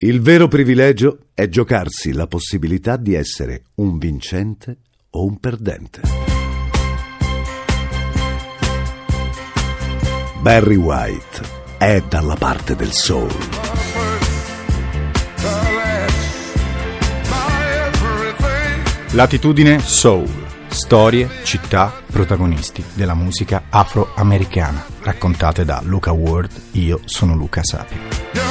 Il vero privilegio è giocarsi la possibilità di essere un vincente o un perdente. Barry White è dalla parte del soul. Latitudine Soul. Storie, città, protagonisti della musica afroamericana, raccontate da Luca Ward. Io sono Luca Sapio.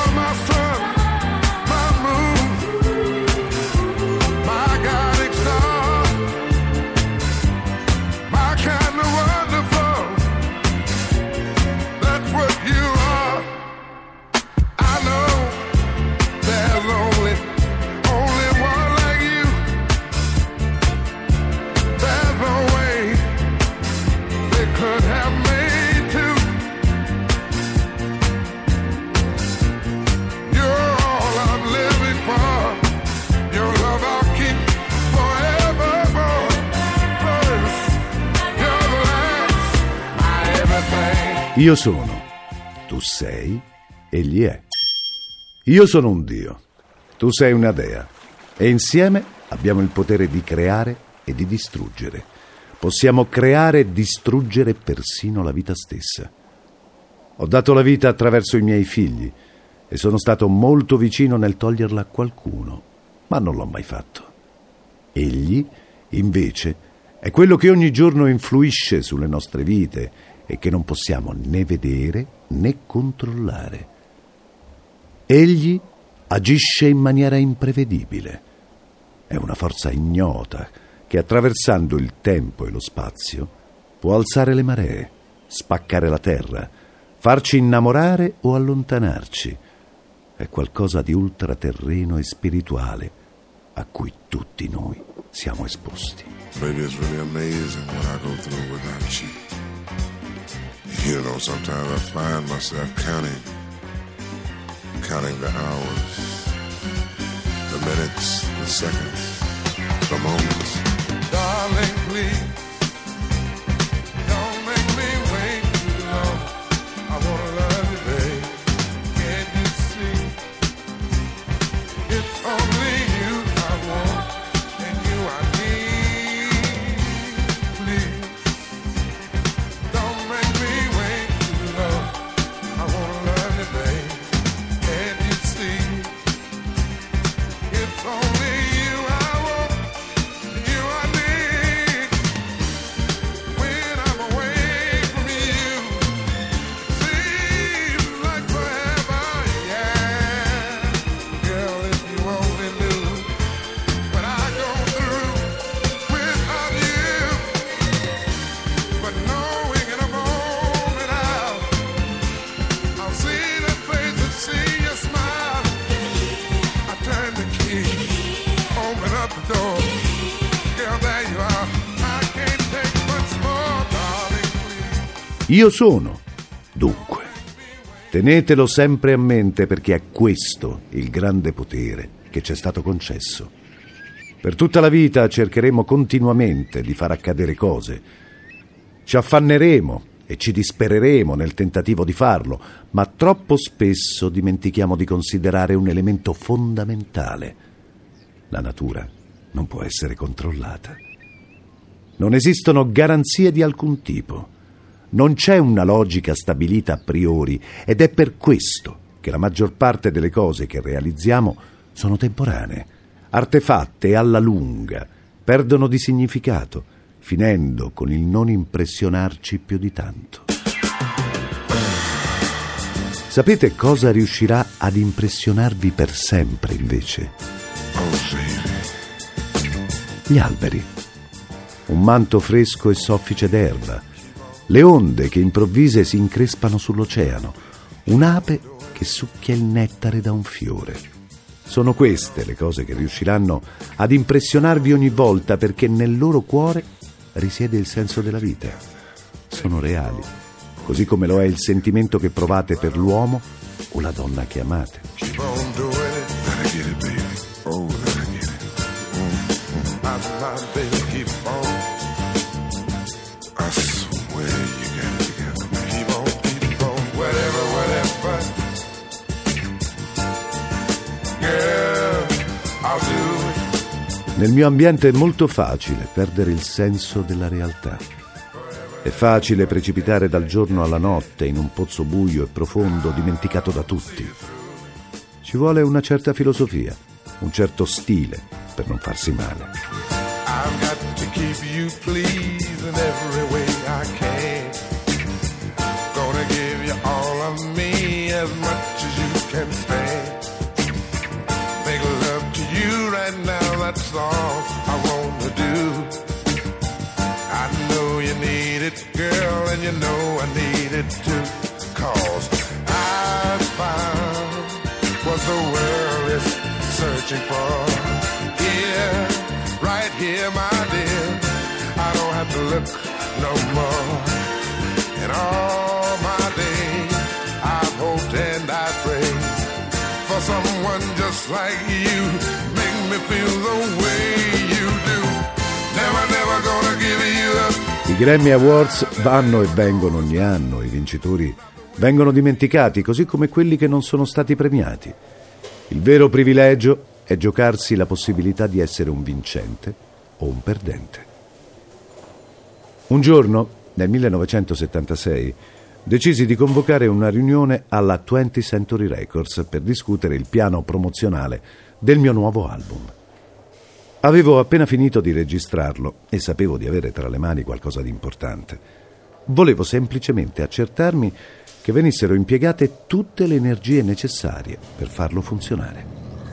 Io sono, tu sei, egli è. Io sono un dio, tu sei una dea, e insieme abbiamo il potere di creare e di distruggere. Possiamo creare e distruggere persino la vita stessa. Ho dato la vita attraverso i miei figli e sono stato molto vicino nel toglierla a qualcuno, ma non l'ho mai fatto. Egli, invece, è quello che ogni giorno influisce sulle nostre vite e che non possiamo né vedere né controllare. Egli agisce in maniera imprevedibile. È una forza ignota che, attraversando il tempo e lo spazio, può alzare le maree, spaccare la terra, farci innamorare o allontanarci. È qualcosa di ultraterreno e spirituale a cui tutti noi siamo esposti. Baby, it's really amazing what I go through without you. You know, sometimes I find myself counting the hours, the minutes, the seconds, the moments. Darling, please, don't make me wait too long. I wanna love you, babe. Can't you see? It's only you I want, and you I need. Please, don't make me wait too long. I wanna love you, babe. Can't you see? It's only you I want, and you I need. When I'm away from you, seems like forever, yeah. Girl, if you only knew what I go through without you. But knowing in a moment I'll see the face and see your smile. I turn the key, open up the door. Girl, there you are. I can't take much more, darling, please. Io sono. Dunque, tenetelo sempre a mente, perché è questo il grande potere che ci è stato concesso. Per tutta la vita cercheremo continuamente di far accadere cose. Ci affanneremo e ci dispereremo nel tentativo di farlo, ma troppo spesso dimentichiamo di considerare un elemento fondamentale. La natura non può essere controllata. Non esistono garanzie di alcun tipo. Non c'è una logica stabilita a priori, ed è per questo che la maggior parte delle cose che realizziamo sono temporanee, artefatte e alla lunga perdono di significato, finendo con il non impressionarci più di tanto. Sapete cosa riuscirà ad impressionarvi per sempre, invece? Oh, baby. Gli alberi, un manto fresco e soffice d'erba, le onde che improvvise si increspano sull'oceano, un'ape che succhia il nettare da un fiore. Sono queste le cose che riusciranno ad impressionarvi ogni volta, perché nel loro cuore risiede il senso della vita. Sono reali, così come lo è il sentimento che provate per l'uomo o la donna che amate. Keep on doing it. Let I get it, baby. Oh, let I get it. My baby, keep on. I swear you got it together, man. Keep on, whatever. Nel mio ambiente è molto facile perdere il senso della realtà. È facile precipitare dal giorno alla notte in un pozzo buio e profondo, dimenticato da tutti. Ci vuole una certa filosofia, un certo stile per non farsi male. I've got to keep you pleased in every way I can. Gonna give you all of me as much as you can stand. Make love to you right now, that's all I wanna do. I know you need it, girl, and you know I need it too. 'Cause I found what the world is searching for. Here, right here, my dear, I don't have to look no more. In all my days, I've hoped and I prayed for someone just like you. Make me feel the way you do. Never gonna give you up. I Grammy Awards vanno e vengono ogni anno, i vincitori vengono dimenticati, così come quelli che non sono stati premiati. Il vero privilegio è giocarsi la possibilità di essere un vincente o un perdente. Un giorno, nel 1976, decisi di convocare una riunione alla 20th Century Records per discutere il piano promozionale del mio nuovo album. Avevo appena finito di registrarlo e sapevo di avere tra le mani qualcosa di importante. Volevo semplicemente accertarmi che venissero impiegate tutte le energie necessarie per farlo funzionare.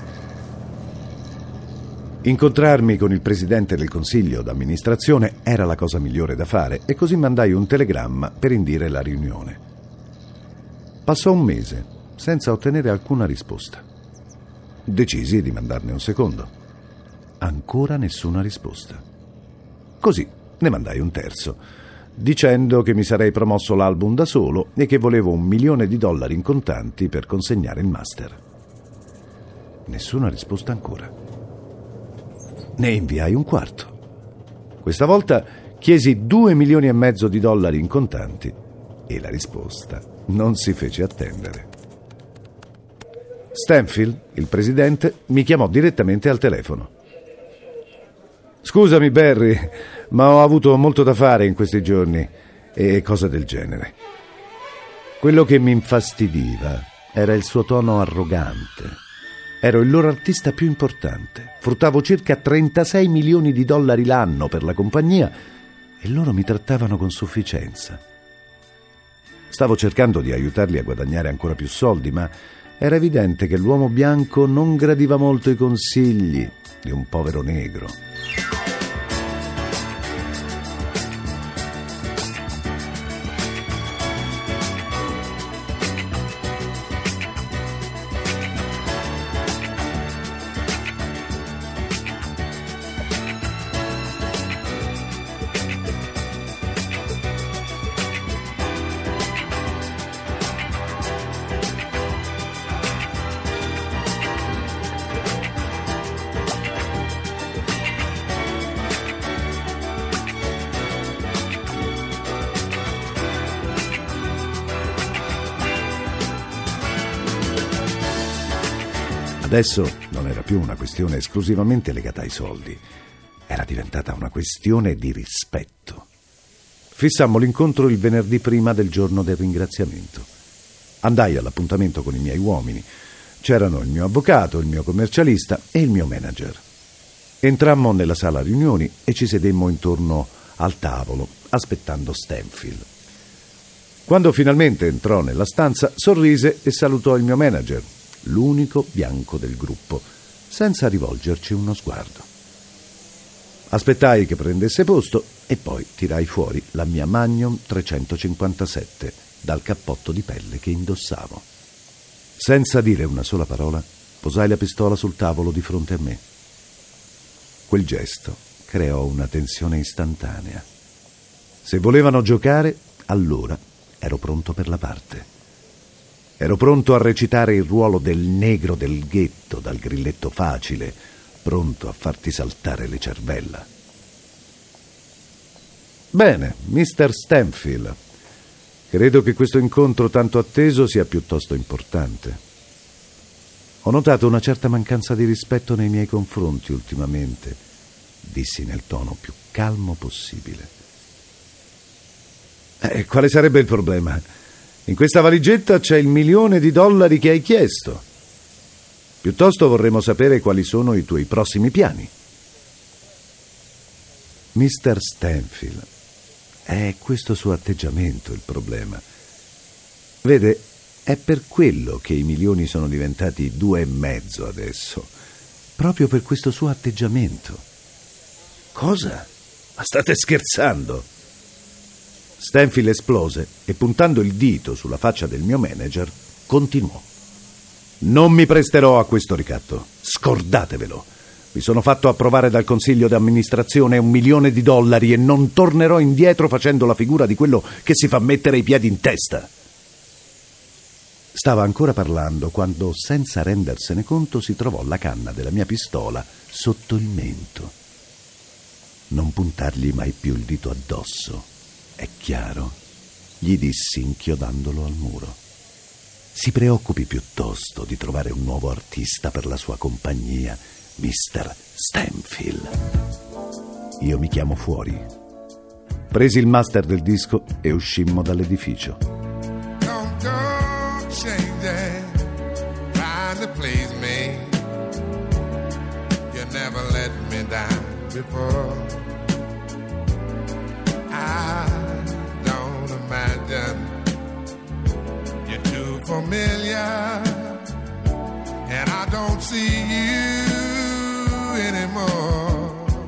Incontrarmi con il presidente del consiglio d'amministrazione era la cosa migliore da fare e così mandai un telegramma per indire la riunione. Passò un mese senza ottenere alcuna risposta. Decisi di mandarne un secondo. Ancora nessuna risposta. Così ne mandai un terzo, dicendo che mi sarei promosso l'album da solo e che volevo $1 milione in contanti per consegnare il master. Nessuna risposta ancora. Ne inviai un quarto. Questa volta chiesi $2,5 milioni in contanti e la risposta non si fece attendere. Stanfield, il presidente, mi chiamò direttamente al telefono. «Scusami, Barry, ma ho avuto molto da fare in questi giorni», e cose del genere. Quello che mi infastidiva era il suo tono arrogante. Ero il loro artista più importante. Fruttavo circa $36 milioni l'anno per la compagnia e loro mi trattavano con sufficienza. Stavo cercando di aiutarli a guadagnare ancora più soldi, ma era evidente che l'uomo bianco non gradiva molto i consigli di un povero negro. Adesso non era più una questione esclusivamente legata ai soldi, era diventata una questione di rispetto. Fissammo l'incontro il venerdì prima del giorno del ringraziamento. Andai all'appuntamento con i miei uomini. C'erano il mio avvocato, il mio commercialista e il mio manager. Entrammo nella sala riunioni e ci sedemmo intorno al tavolo, aspettando Stanfield. Quando finalmente entrò nella stanza, sorrise e salutò il mio manager, l'unico bianco del gruppo, senza rivolgerci uno sguardo. Aspettai che prendesse posto e poi tirai fuori la mia Magnum 357 dal cappotto di pelle che indossavo. Senza dire una sola parola, posai la pistola sul tavolo di fronte a me. Quel gesto creò una tensione istantanea. Se volevano giocare, allora ero pronto per la parte. Ero pronto a recitare il ruolo del negro del ghetto dal grilletto facile, pronto a farti saltare le cervella. Bene, Mr. Stanfield, credo che questo incontro tanto atteso sia piuttosto importante. Ho notato una certa mancanza di rispetto nei miei confronti ultimamente dissi nel tono più calmo possibile. Quale sarebbe il problema? In questa valigetta c'è il $1.000.000 che hai chiesto. Piuttosto vorremmo sapere quali sono i tuoi prossimi piani. Mr. Stanfield, è questo suo atteggiamento il problema. Vede, è per quello che i milioni sono diventati 2,5 adesso. Proprio per questo suo atteggiamento. Cosa? Ma state scherzando? Stanfield esplose e, puntando il dito sulla faccia del mio manager, continuò. Non mi presterò a questo ricatto. Scordatevelo. Mi sono fatto approvare dal consiglio di amministrazione $1.000.000 e non tornerò indietro facendo la figura di quello che si fa mettere i piedi in testa. Stava ancora parlando quando, senza rendersene conto, si trovò la canna della mia pistola sotto il mento. Non puntargli mai più il dito addosso, è chiaro, gli dissi inchiodandolo al muro. Si preoccupi piuttosto di trovare un nuovo artista per la sua compagnia, Mr. Stanfield. Io mi chiamo fuori. Presi il master del disco e uscimmo dall'edificio. Don't change that, trying to please me. You never let me down before. I don't imagine you're too familiar, and I don't see you anymore.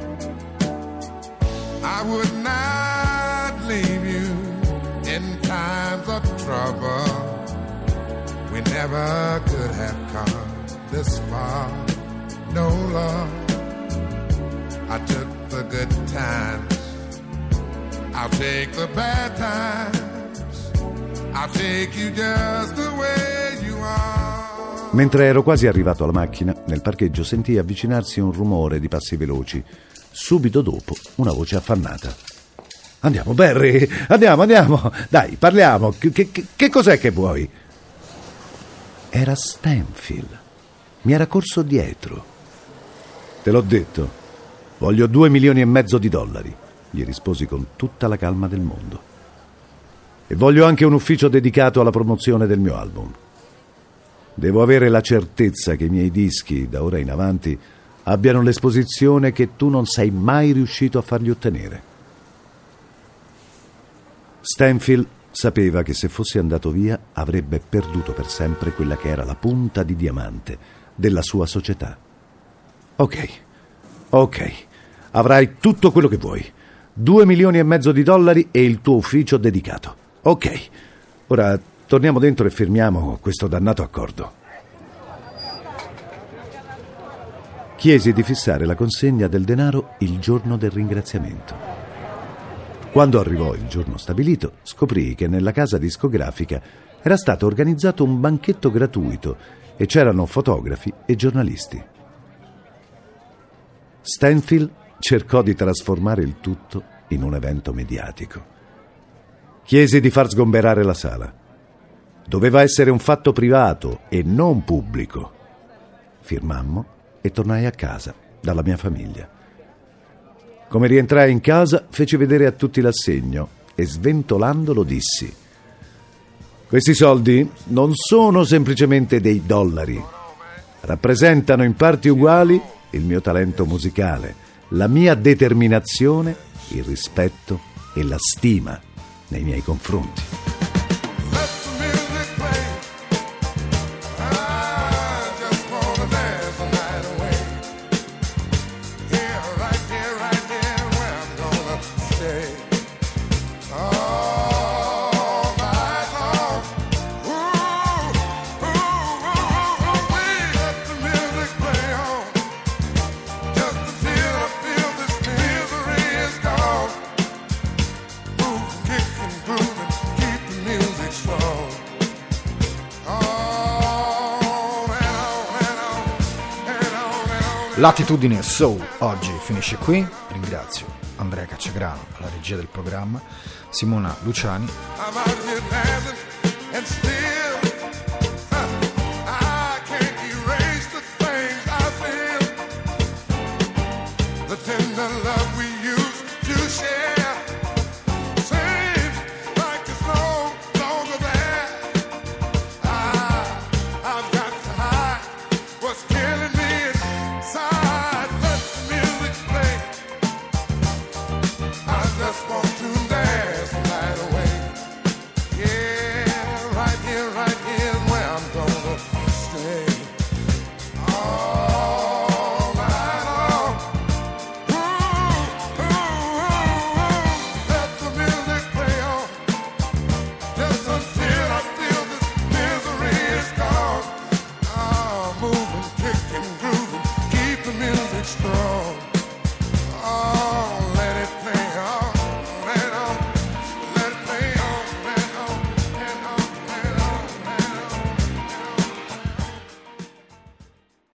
I would not leave you in times of trouble. We never could have come this far, no love. I took the good times, I'll take the bad times, I'll take you just the way you are. Mentre ero quasi arrivato alla macchina, nel parcheggio sentii avvicinarsi un rumore di passi veloci. Subito dopo, una voce affannata. Andiamo, Barry, andiamo. Dai, parliamo. Che cos'è che vuoi? Era Stanfield. Mi era corso dietro. Te l'ho detto. Voglio $2,5 milioni, gli risposi con tutta la calma del mondo. E voglio anche un ufficio dedicato alla promozione del mio album. Devo avere la certezza che i miei dischi, da ora in avanti, abbiano l'esposizione che tu non sei mai riuscito a fargli ottenere. Stanfield sapeva che se fossi andato via avrebbe perduto per sempre quella che era la punta di diamante della sua società. Ok, avrai tutto quello che vuoi. $2,5 milioni e il tuo ufficio dedicato. Ok, ora torniamo dentro e firmiamo questo dannato accordo. Chiesi di fissare la consegna del denaro il giorno del ringraziamento. Quando arrivò il giorno stabilito, scoprii che nella casa discografica era stato organizzato un banchetto gratuito e c'erano fotografi e giornalisti. Stanfield cercò di trasformare il tutto in un evento mediatico. Chiesi di far sgomberare la sala. Doveva essere un fatto privato e non pubblico. Firmammo e tornai a casa dalla mia famiglia. Come rientrai in casa, feci vedere a tutti l'assegno e sventolandolo dissi: questi soldi non sono semplicemente dei dollari, rappresentano in parti uguali il mio talento musicale, la mia determinazione, il rispetto e la stima nei miei confronti. Let the music play. I just wanna dance the night away. Here, right here, where I'm gonna stay. All night long. Ooh, wait. Let the music play on. Just until I feel this misery is gone. Move, kick and groove and keep the music strong. On and on and on. Latitudine Soul oggi finisce qui. Ringrazio Andrea Cacciagrano alla regia del programma, Simona Luciani. I'm out here dancing and still I can't erase the things I feel. The tender love we used to share seems like it's no longer there. I've got to hide what's killing